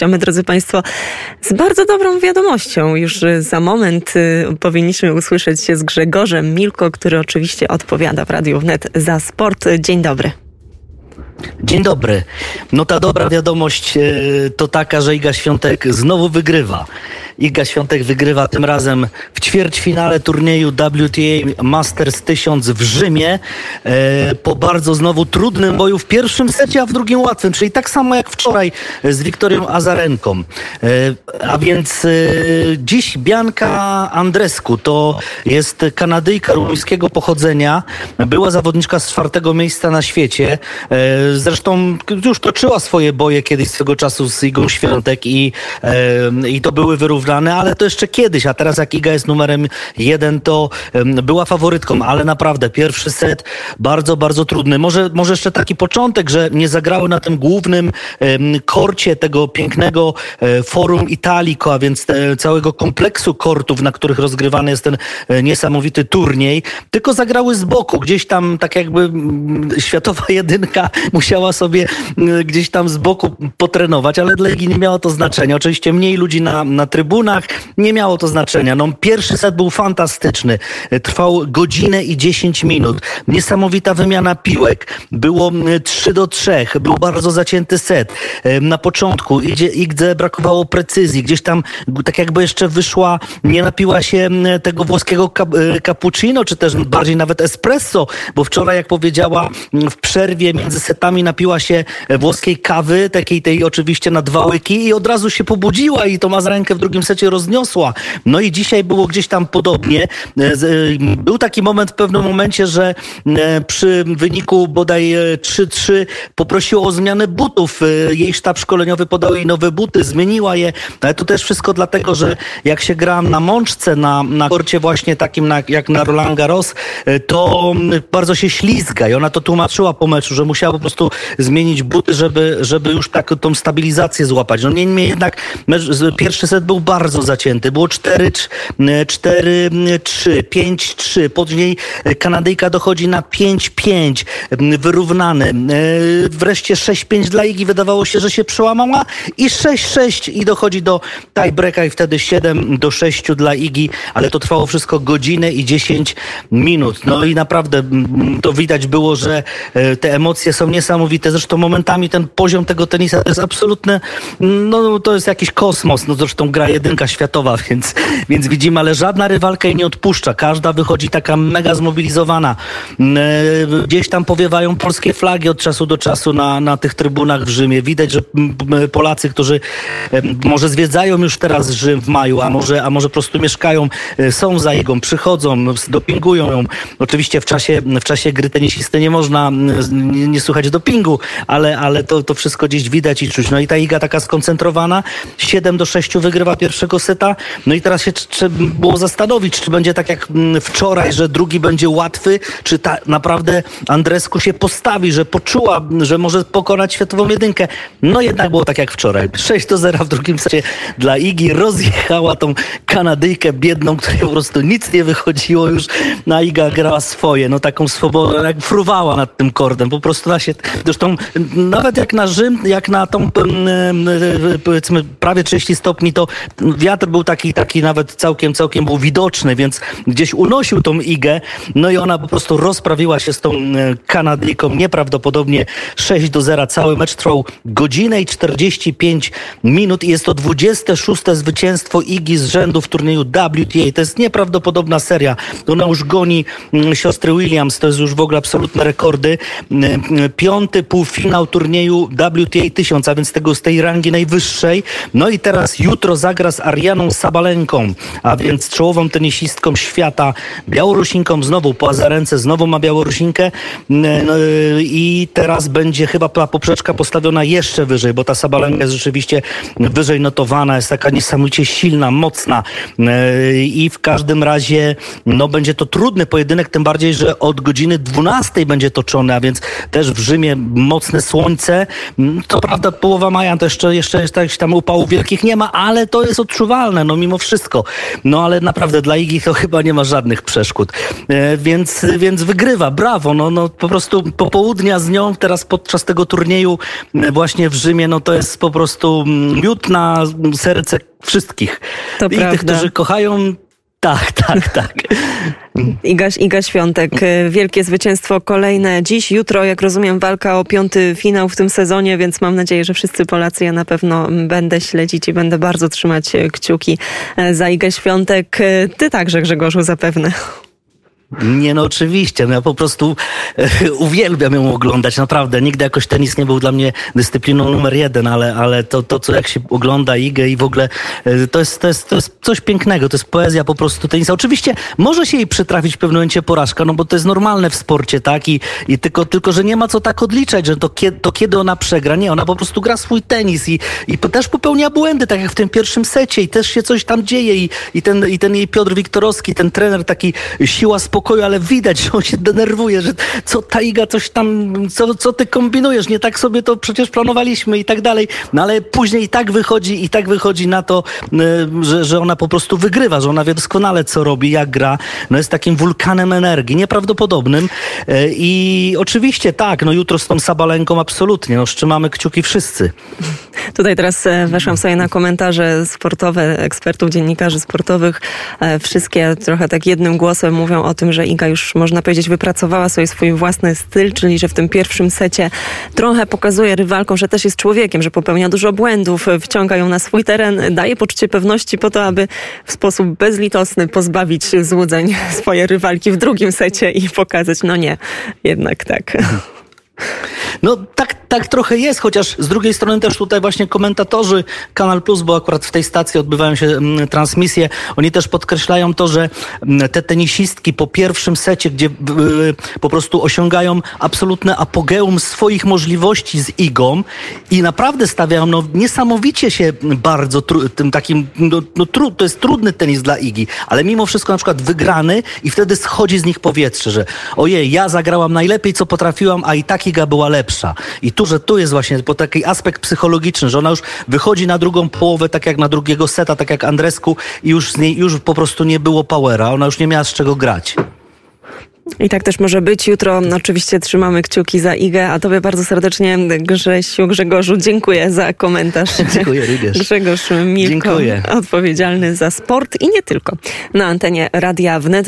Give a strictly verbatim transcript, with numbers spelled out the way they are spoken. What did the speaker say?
My, drodzy Państwo, z bardzo dobrą wiadomością. Już za moment powinniśmy usłyszeć się z Grzegorzem Milko, który oczywiście odpowiada w Radiu Wnet za sport. Dzień dobry. Dzień dobry. No ta dobra wiadomość to taka, że Iga Świątek znowu wygrywa. Iga Świątek wygrywa tym razem w ćwierćfinale turnieju W T A Masters tysiąc w Rzymie e, po bardzo znowu trudnym boju w pierwszym secie, a w drugim łatwym, czyli tak samo jak wczoraj z Wiktorią Azarenką. E, a więc e, dziś Bianca Andreescu to jest Kanadyjka rumuńskiego pochodzenia, była zawodniczka z czwartego miejsca na świecie. E, zresztą już toczyła swoje boje kiedyś swego czasu z Igą Świątek i, e, i to były wyrównane, ale to jeszcze kiedyś, a teraz jak Iga jest numerem jeden, to um, była faworytką, ale naprawdę pierwszy set bardzo, bardzo trudny. Może, może jeszcze taki początek, że nie zagrały na tym głównym um, korcie tego pięknego um, Forum Italico, a więc te, całego kompleksu kortów, na których rozgrywany jest ten um, niesamowity turniej, tylko zagrały z boku, gdzieś tam tak jakby um, światowa jedynka musiała sobie um, gdzieś tam z boku potrenować, ale dla Igi nie miało to znaczenia. Oczywiście mniej ludzi na, na trybunach, nie miało to znaczenia. No, pierwszy set był fantastyczny. Trwał godzinę i dziesięć minut. Niesamowita wymiana piłek. Było trzy do trzech. Był bardzo zacięty set. Na początku Idze brakowało precyzji. Gdzieś tam tak jakby jeszcze wyszła, nie napiła się tego włoskiego cappuccino, czy też bardziej nawet espresso, bo wczoraj, jak powiedziała, w przerwie między setami napiła się włoskiej kawy, takiej tej oczywiście na dwa łyki i od razu się pobudziła i to ma z rękę w drugim secie rozniosła. No i dzisiaj było gdzieś tam podobnie. Był taki moment w pewnym momencie, że przy wyniku bodaj trzy trzy poprosiła o zmianę butów. Jej sztab szkoleniowy podał jej nowe buty, zmieniła je. Ale to też wszystko dlatego, że jak się gra na mączce, na, na korcie właśnie takim na, jak na Roland Garros, to bardzo się ślizga i ona to tłumaczyła po meczu, że musiała po prostu zmienić buty, żeby, żeby już tak tą stabilizację złapać. No niemniej jednak mecz, pierwszy set był bardzo zacięty. Było cztery trzy, pięć trzy. Później Kanadyjka dochodzi na pięć pięć. Wyrównany. Wreszcie sześć pięć dla Igi. Wydawało się, że się przełamała. I sześć sześć i dochodzi do tiebreaka i wtedy siedem do sześciu dla Igi. Ale to trwało wszystko godzinę i dziesięć minut. No i naprawdę to widać było, że te emocje są niesamowite. Zresztą momentami ten poziom tego tenisa to jest absolutne, no to jest jakiś kosmos. No zresztą gra jedynka światowa, więc, więc widzimy, ale żadna rywalka jej nie odpuszcza. Każda wychodzi taka mega zmobilizowana. Gdzieś tam powiewają polskie flagi od czasu do czasu na, na tych trybunach w Rzymie. Widać, że Polacy, którzy może zwiedzają już teraz Rzym w maju, a może, a może po prostu mieszkają, są za Igą, przychodzą, dopingują ją. Oczywiście w czasie, w czasie gry tenisisty nie można nie, nie słuchać dopingu, ale, ale to, to wszystko gdzieś widać i czuć. No i ta Iga taka skoncentrowana, siedem do sześciu wygrywa pierwszego seta. No i teraz się trzeba było zastanowić, czy będzie tak jak wczoraj, że drugi będzie łatwy, czy ta naprawdę Andreescu się postawi, że poczuła, że może pokonać światową jedynkę. No jednak było tak jak wczoraj. sześć do zera w drugim secie dla Igi. Rozjechała tą Kanadyjkę biedną, której po prostu nic nie wychodziło już. Na Iga grała swoje. No taką swobodę, jak fruwała nad tym kortem. Po prostu na się... Zresztą nawet jak na Rzym, jak na tą powiedzmy prawie trzydzieści stopni, to wiatr był taki, taki nawet całkiem, całkiem był widoczny, więc gdzieś unosił tą Igę, no i ona po prostu rozprawiła się z tą Kanadyjką nieprawdopodobnie. Sześć do zera, cały mecz trwał godzinę i czterdzieści pięć minut i jest to dwudzieste szóste zwycięstwo Igi z rzędu w turnieju W T A. To jest nieprawdopodobna seria. Ona już goni siostry Williams, to jest już w ogóle absolutne rekordy. Piąty półfinał turnieju W T A tysiąc, a więc tego z tej rangi najwyższej. No i teraz jutro zagra z Arianą Sabalenką, a więc czołową tenisistką świata, Białorusinką, znowu po Azarence, znowu ma Białorusinkę i teraz będzie chyba ta poprzeczka postawiona jeszcze wyżej, bo ta Sabalenka jest rzeczywiście wyżej notowana, jest taka niesamowicie silna, mocna i w każdym razie no będzie to trudny pojedynek, tym bardziej, że od godziny dwunastej będzie toczony, a więc też w Rzymie mocne słońce. To prawda, połowa maja to jeszcze, jeszcze jest tak, tam upałów wielkich nie ma, ale to jest odczuwalne, no mimo wszystko. No ale naprawdę dla Igi to chyba nie ma żadnych przeszkód. E, więc, więc wygrywa, brawo, no, no po prostu popołudnia z nią teraz podczas tego turnieju właśnie w Rzymie, no to jest po prostu miód na serce wszystkich. To I prawda. tych, którzy kochają. Tak, tak, tak. Iga, Iga Świątek, wielkie zwycięstwo kolejne dziś, jutro, jak rozumiem, walka o piąty finał w tym sezonie, więc mam nadzieję, że wszyscy Polacy, ja na pewno będę śledzić i będę bardzo trzymać kciuki za Igę Świątek. Ty także, Grzegorzu, zapewne. Nie, no oczywiście, no ja po prostu e, uwielbiam ją oglądać, naprawdę. Nigdy jakoś tenis nie był dla mnie dyscypliną numer jeden, ale, ale to, to, co jak się ogląda Igę i w ogóle e, to, jest, to, jest, to jest coś pięknego, to jest poezja po prostu tenisa. Oczywiście może się jej przytrafić w pewnym momencie porażka, no bo to jest normalne w sporcie, tak? I, i tylko, tylko, że nie ma co tak odliczać, że to, kiedy, to kiedy ona przegra. Nie, ona po prostu gra swój tenis i, i też popełnia błędy, tak jak w tym pierwszym secie i też się coś tam dzieje i, i, ten, i ten jej Piotr Wiktorowski, ten trener, taki siła spokoju, ale widać, że on się denerwuje, że co ta Iga coś tam, co, co ty kombinujesz, nie tak sobie to przecież planowaliśmy i tak dalej. No ale później i tak wychodzi, i tak wychodzi na to, że, że ona po prostu wygrywa, że ona wie doskonale, co robi, jak gra. No jest takim wulkanem energii, nieprawdopodobnym. I oczywiście tak, no jutro z tą Sabalenką absolutnie, no trzymamy kciuki wszyscy. Tutaj teraz weszłam sobie na komentarze sportowe ekspertów, dziennikarzy sportowych. Wszystkie trochę tak jednym głosem mówią o tym, że Iga już, można powiedzieć, wypracowała sobie swój własny styl, czyli że w tym pierwszym secie trochę pokazuje rywalkom, że też jest człowiekiem, że popełnia dużo błędów, wciąga ją na swój teren, daje poczucie pewności po to, aby w sposób bezlitosny pozbawić złudzeń swoje rywalki w drugim secie i pokazać, no nie, jednak tak. No tak, tak trochę jest, chociaż z drugiej strony też tutaj właśnie komentatorzy Kanal Plus, bo akurat w tej stacji odbywają się m, transmisje, oni też podkreślają to, że m, te tenisistki po pierwszym secie, gdzie y, po prostu osiągają absolutne apogeum swoich możliwości z Igą i naprawdę stawiają no, niesamowicie się bardzo tru, tym takim, no, no, tru, to jest trudny tenis dla Igi, ale mimo wszystko na przykład wygrany i wtedy schodzi z nich powietrze, że ojej, ja zagrałam najlepiej, co potrafiłam, a i tak Iga była lepsza. I tu, że tu jest właśnie po taki aspekt psychologiczny, że ona już wychodzi na drugą połowę, tak jak na drugiego seta, tak jak Andrescu i już z niej już po prostu nie było powera. Ona już nie miała z czego grać. I tak też może być. Jutro oczywiście trzymamy kciuki za Igę, a tobie bardzo serdecznie, Grzesiu, Grzegorzu, dziękuję za komentarz. Dziękuję również. Grzegorz Milko, dziękuję. Odpowiedzialny za sport i nie tylko. Na antenie Radia Wnet.